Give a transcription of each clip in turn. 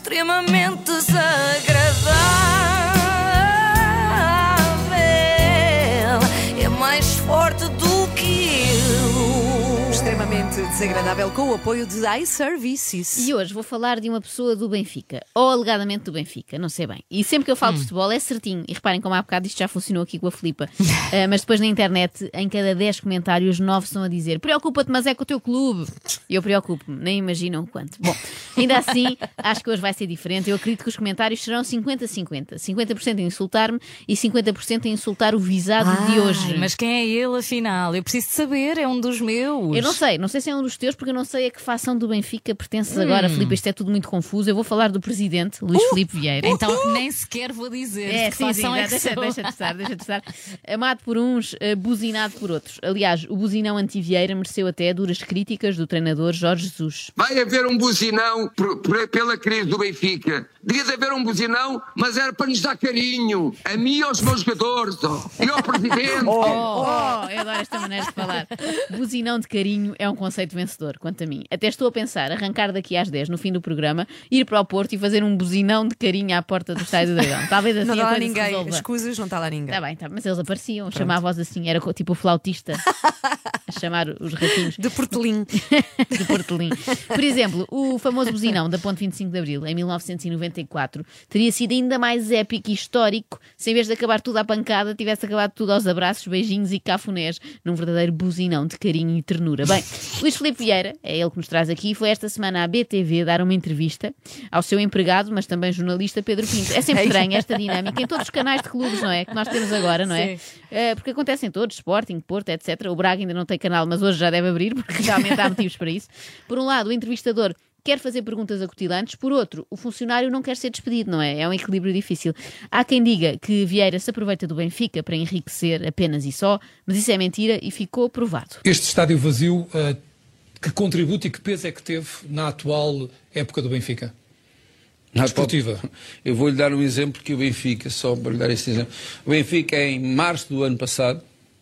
extremamente desagradável. É mais forte do que eu. Extremamente desagradável, com o apoio de iServices. E hoje vou falar de uma pessoa do Benfica, ou alegadamente do Benfica, não sei bem. E sempre que eu falo de futebol é certinho. E reparem como há bocado isto já funcionou aqui com a Filipa. Mas depois na internet, em cada 10 comentários, 9 estão a dizer: preocupa-te, mas é com o teu clube. E eu preocupo-me, nem imaginam quanto. Bom, ainda assim, acho que hoje vai ser diferente. Eu acredito que os comentários serão 50-50. 50% a insultar-me e 50% a insultar o visado de hoje. Mas quem é ele, afinal? Eu preciso de saber, é um dos meus. Eu não sei se é um dos teus, porque eu não sei a que facção do Benfica pertences agora, Filipe. Isto é tudo muito confuso. Eu vou falar do presidente, Luís Filipe Vieira. Então nem sequer vou dizer que fação é que sou. Deixa de estar. Amado por uns, buzinado por outros. Aliás, o buzinão anti-Vieira mereceu até duras críticas do treinador Jorge Jesus. Vai haver um buzinão pela crise do Benfica. Devia de haver um buzinão, mas era para nos dar carinho. A mim e aos meus jogadores. E ao presidente. Eu adoro esta maneira de falar. Buzinão de carinho é um conceito vencedor, quanto a mim. Até estou a pensar, arrancar daqui às 10 no fim do programa, ir para o Porto e fazer um buzinão de carinho à porta do Estádio do Dragão. Talvez assim não está a lá coisa se ninguém, resolva. escusas, não está lá ninguém. Está bem, mas eles apareciam, chamavam-os assim, era tipo o flautista a chamar os ratinhos. De Portelim. De Portelim. Por exemplo, o famoso buzinão da Ponte 25 de Abril, em 1994, teria sido ainda mais épico e histórico se, em vez de acabar tudo à pancada, tivesse acabado tudo aos abraços, beijinhos e cafunés, num verdadeiro buzinão de carinho e ternura. Bem, Luís Filipe Vieira, é ele que nos traz aqui, foi esta semana à BTV dar uma entrevista ao seu empregado, mas também jornalista Pedro Pinto. É sempre estranho esta dinâmica em todos os canais de clubes, não é? Que nós temos agora, não é? Porque acontece em todos, Sporting, Porto, etc. O Braga ainda não tem canal, mas hoje já deve abrir, porque realmente há motivos para isso. Por um lado, o entrevistador quer fazer perguntas acutilantes, por outro, o funcionário não quer ser despedido, não é? É um equilíbrio difícil. Há quem diga que Vieira se aproveita do Benfica para enriquecer apenas e só, mas isso é mentira e ficou provado. Este estádio vazio, que contributo e que peso é que teve na atual época do Benfica? Desportiva. Eu vou-lhe dar um exemplo que o Benfica, só para lhe dar esse exemplo. O Benfica, em março do ano passado,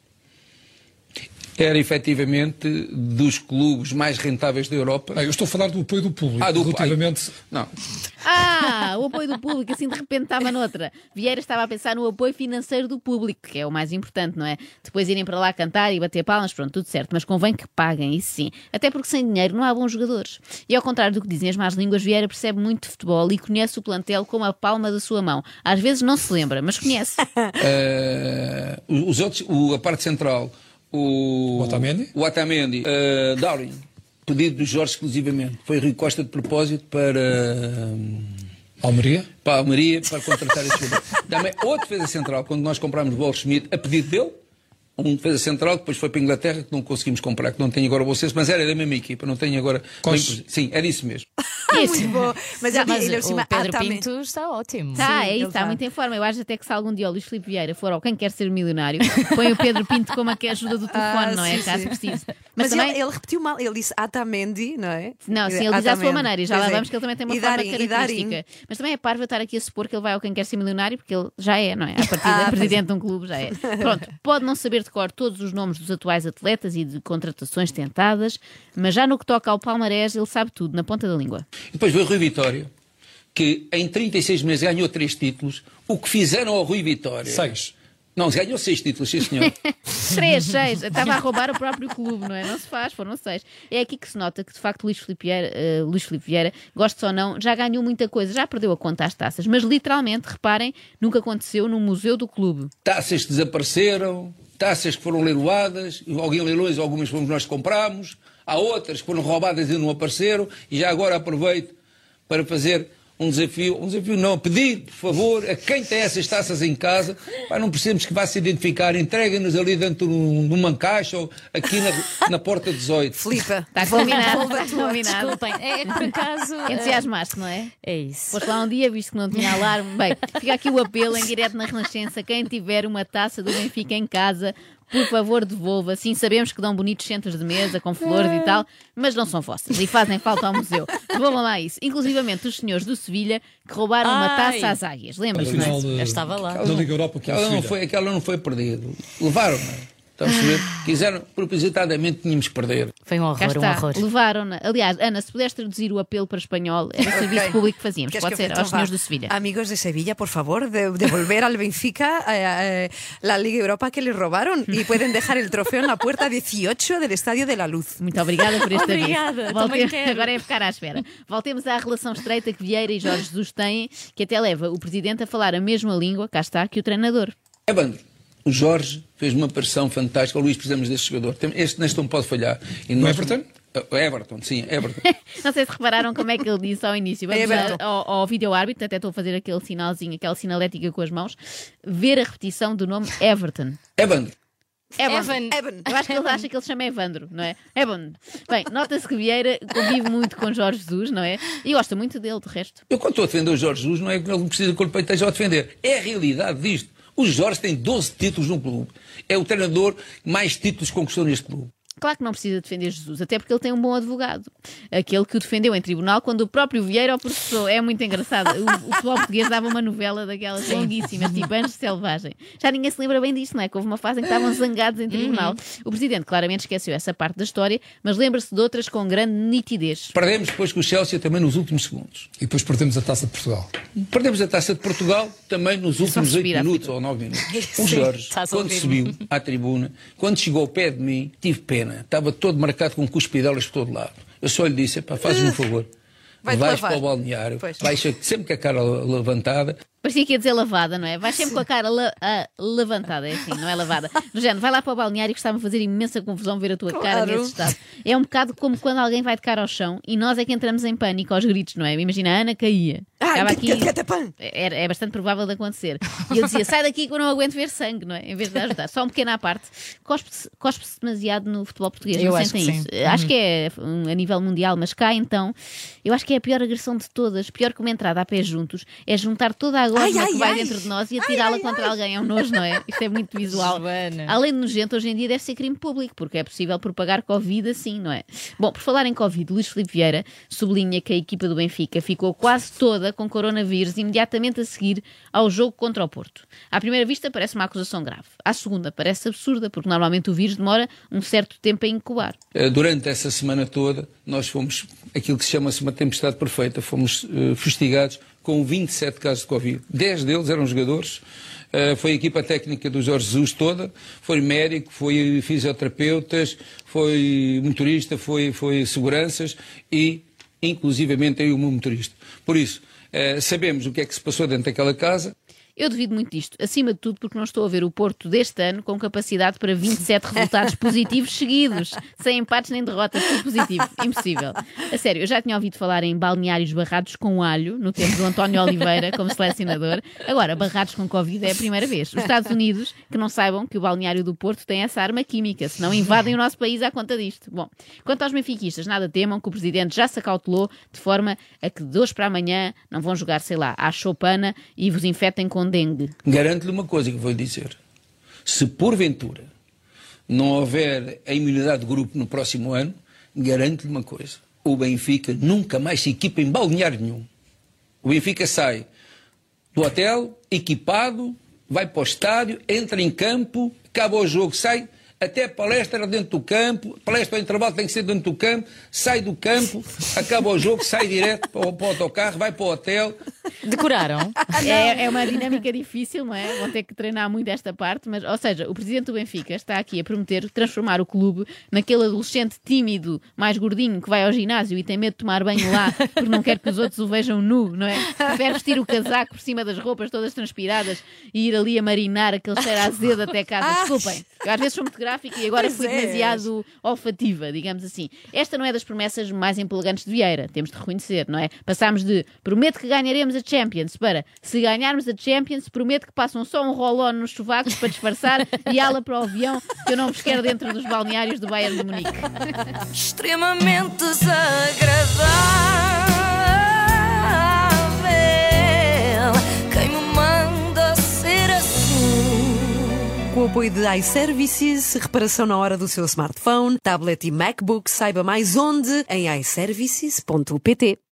era efetivamente dos clubes mais rentáveis da Europa. Eu estou a falar do apoio do público. Relativamente. Não. O apoio do público, assim de repente estava noutra. Vieira estava a pensar no apoio financeiro do público, que é o mais importante, não é? Depois irem para lá cantar e bater palmas, pronto, tudo certo, mas convém que paguem, isso sim. Até porque sem dinheiro não há bons jogadores. E ao contrário do que dizem as más línguas, Vieira percebe muito de futebol e conhece o plantel como a palma da sua mão. Às vezes não se lembra, mas conhece. Os outros, a parte central, o Otamendi, Darwin, pedido do Jorge exclusivamente. Foi Rui Costa de propósito para Almeria? Para Almeria, para contratar esse jogador. Também outro defesa central, quando nós comprámos o Goldschmidt, a pedido dele, um defesa central, depois foi para a Inglaterra, que não conseguimos comprar, que não tem agora o Bolsonaro, mas era da mesma equipa, não tem agora. Sim, é disso mesmo. Muito bom. Mas o Pedro Pinto está ótimo. Está muito em forma. Eu acho até que se algum dia o Luís Filipe Vieira for ao Quem Quer Ser Milionário, põe o Pedro Pinto como a que ajuda do telefone, não é? Caso precise. Mas também... ele repetiu mal, ele disse Atamendi, não é? Não, sim, ele diz à sua maneira, e já lá vamos que ele também tem uma forma característica. Mas também é parvo estar aqui a supor que ele vai ao Quem Quer Ser Milionário, porque ele já é, não é? A partir de presidente de um clube já é. Pronto, pode não saber de cor todos os nomes dos atuais atletas e de contratações tentadas, mas já no que toca ao palmarés, ele sabe tudo, na ponta da língua. E depois veio o Rui Vitória, que em 36 meses ganhou 3 títulos. O que fizeram ao Rui Vitória? 6. Não, ganhou 6 títulos, sim senhor. 6. Estava a roubar o próprio clube, não é? Não se faz, foram 6. É aqui que se nota que, de facto, Luís Filipe Vieira, goste ou não, já ganhou muita coisa, já perdeu a conta às taças, mas literalmente, reparem, nunca aconteceu no museu do clube. Taças que desapareceram, taças que foram leiloadas, alguém leilões, algumas fomos nós que comprámos, há outras que foram roubadas e não apareceram, e já agora aproveito para fazer um desafio não, pedir, por favor, a quem tem essas taças em casa, não precisamos que vá se identificar, entreguem-nos ali dentro de uma caixa ou aqui na porta 18. Filipa, está combinado. Desculpem, é por acaso... Entusiasmaste, não é? É isso. Foste lá um dia, visto que não tinha alarme. Bem, fica aqui o apelo em direto na Renascença, quem tiver uma taça do Benfica em casa, por favor, devolva. Sim, sabemos que dão bonitos centros de mesa com flores e tal, mas não são vossas e fazem falta ao museu. Devolvam lá isso. Inclusivamente os senhores do Sevilha que roubaram uma taça às águias. Lembra-se, não é? Eu estava lá. Da Liga Europa com o Sevilha. Aquela não foi perdida. Levaram-na. Está a perceber? Quiseram, propositadamente, tínhamos que perder. Foi um Cá horror, um está, horror. levaram-na. Aliás, Ana, se puderes traduzir o apelo para espanhol, era o serviço Ok. público que fazíamos. ¿Qué Pode es ser, que aos va? senhores de Sevilha. Amigos de Sevilla, por favor, devolver al Benfica la Liga Europa que le robaron y pueden dejar el trofeo en la puerta 18 del Estadio de la Luz. Muito obrigada por este Obrigada, aviso. também quero. Agora é ficar à espera. Voltemos à relação estreita que Vieira e Jorge Jesus têm, que até leva o presidente a falar a mesma língua, cá está, que o treinador. Evandro, o Jorge fez uma aparição fantástica. O Luís, precisamos deste jogador. Neste não pode falhar. E nós... Everton? Everton, sim, Everton. Não sei se repararam como é que ele disse ao início. Vamos Everton. ao vídeo-árbitro, até estou a fazer aquele sinalzinho, aquela sinalética com as mãos, ver a repetição do nome Everton. Evandro. Evan. Eu acho que ele acha que ele se chama Evandro, não é? Evan. Bem, nota-se que Vieira convive muito com Jorge Jesus, não é? E gosta muito dele, de resto. Eu, quando estou a defender o Jorge Jesus, não é que ele precisa que o peito esteja a defender. É a realidade disto. O Jorge tem 12 títulos no clube. É o treinador que mais títulos conquistou neste clube. Claro que não precisa defender Jesus, até porque ele tem um bom advogado. Aquele que o defendeu em tribunal quando o próprio Vieira o processou. É muito engraçado. O futebol português dava uma novela daquelas longuíssimas, tipo Anjos de Selvagem. Já ninguém se lembra bem disto, não é? Que houve uma fase em que estavam zangados em tribunal. O presidente claramente esqueceu essa parte da história, mas lembra-se de outras com grande nitidez. Perdemos depois com o Chelsea também nos últimos segundos. E depois perdemos a Taça de Portugal. Perdemos a Taça de Portugal também nos últimos 8 respirar, minutos filho. ou 9 minutos. O Jorge, Estás a quando ouvir-me. subiu à tribuna, quando chegou ao pé de mim, tive pena. Estava todo marcado com cuspidelas por todo lado. Eu só lhe disse, pá, faz-me um favor. Vai-te Vais lavar. para o balneário, Pois. vais sempre com a cara levantada. Parecia que ia dizer lavada, não é? Vais sempre com a cara levantada, é assim, não é lavada. Do género, vai lá para o balneário que está-me a fazer imensa confusão ver a tua cara Claro. nesse estado. É um bocado como quando alguém vai de cara ao chão e nós é que entramos em pânico aos gritos, não é? Imagina, a Ana caía. Estava aqui... É bastante provável de acontecer. E eu dizia, sai daqui que eu não aguento ver sangue, não é? Em vez de ajudar. Só um pequeno à parte. Cospe-se demasiado no futebol português, Eu não acho sentem que isso? sim. Acho que é a nível mundial, mas cá então, eu acho que é a pior agressão de todas. Pior que uma entrada a pé juntos é juntar toda a gosma que vai dentro de nós e atirá-la contra alguém. É um nojo, não é? Isto é muito visual. Joana. Além de nojento, hoje em dia deve ser crime público, porque é possível propagar Covid assim, não é? Bom, por falar em Covid, Luís Filipe Vieira sublinha que a equipa do Benfica ficou quase toda com coronavírus imediatamente a seguir ao jogo contra o Porto. À primeira vista parece uma acusação grave. À segunda parece absurda, porque normalmente o vírus demora um certo tempo a incubar. Durante essa semana toda, nós fomos, aquilo que se chama-se uma tempestade perfeita, fomos fustigados com 27 casos de Covid. 10 deles eram jogadores. Foi a equipa técnica do Jorge Jesus toda, foi médico, foi fisioterapeutas, foi motorista, foi seguranças e, inclusivamente, eu e o meu motorista. Por isso, sabemos o que é que se passou dentro daquela casa. Eu duvido muito disto, acima de tudo porque não estou a ver o Porto deste ano com capacidade para 27 resultados positivos seguidos, sem empates nem derrotas, tudo positivo, impossível. A sério, eu já tinha ouvido falar em balneários barrados com alho, no tempo do António Oliveira, como selecionador. Agora, barrados com Covid é a primeira vez. Os Estados Unidos, que não saibam que o balneário do Porto tem essa arma química, senão invadem o nosso país à conta disto. Bom, quanto aos benfiquistas, nada temam que o Presidente já se acautelou de forma a que de hoje para amanhã não vão jogar, sei lá, à choupana e vos infectem com dengue. Garanto-lhe uma coisa que vou dizer. Se porventura não houver a imunidade de grupo no próximo ano, garanto-lhe uma coisa. O Benfica nunca mais se equipa em balneário nenhum. O Benfica sai do hotel, equipado, vai para o estádio, entra em campo, acaba o jogo, sai, até palestra dentro do campo, palestra ao intervalo tem que ser dentro do campo, sai do campo, acaba o jogo, sai direto para o autocarro, vai para o hotel. Decoraram? É uma dinâmica difícil, não é? Vão ter que treinar muito esta parte, mas, ou seja, o presidente do Benfica está aqui a prometer transformar o clube naquele adolescente tímido, mais gordinho, que vai ao ginásio e tem medo de tomar banho lá porque não quer que os outros o vejam nu, não é? Prefere vestir o casaco por cima das roupas todas transpiradas e ir ali a marinar aquele cheiro azedo até casa. Desculpem, eu às vezes sou muito gráfica e agora fui demasiado olfativa, digamos assim. Esta não é das promessas mais empolgantes de Vieira, temos de reconhecer, não é? Passámos de prometo que ganharemos a Champions para se ganharmos a Champions, prometo que passam só um roll-on nos sovacos para disfarçar e ala para o avião que eu não vos quero dentro dos balneários do Bayern de Munique. Extremamente desagradável. Quem me manda ser assim? Com o apoio de iServices, reparação na hora do seu smartphone, tablet e MacBook, saiba mais onde em iServices.pt.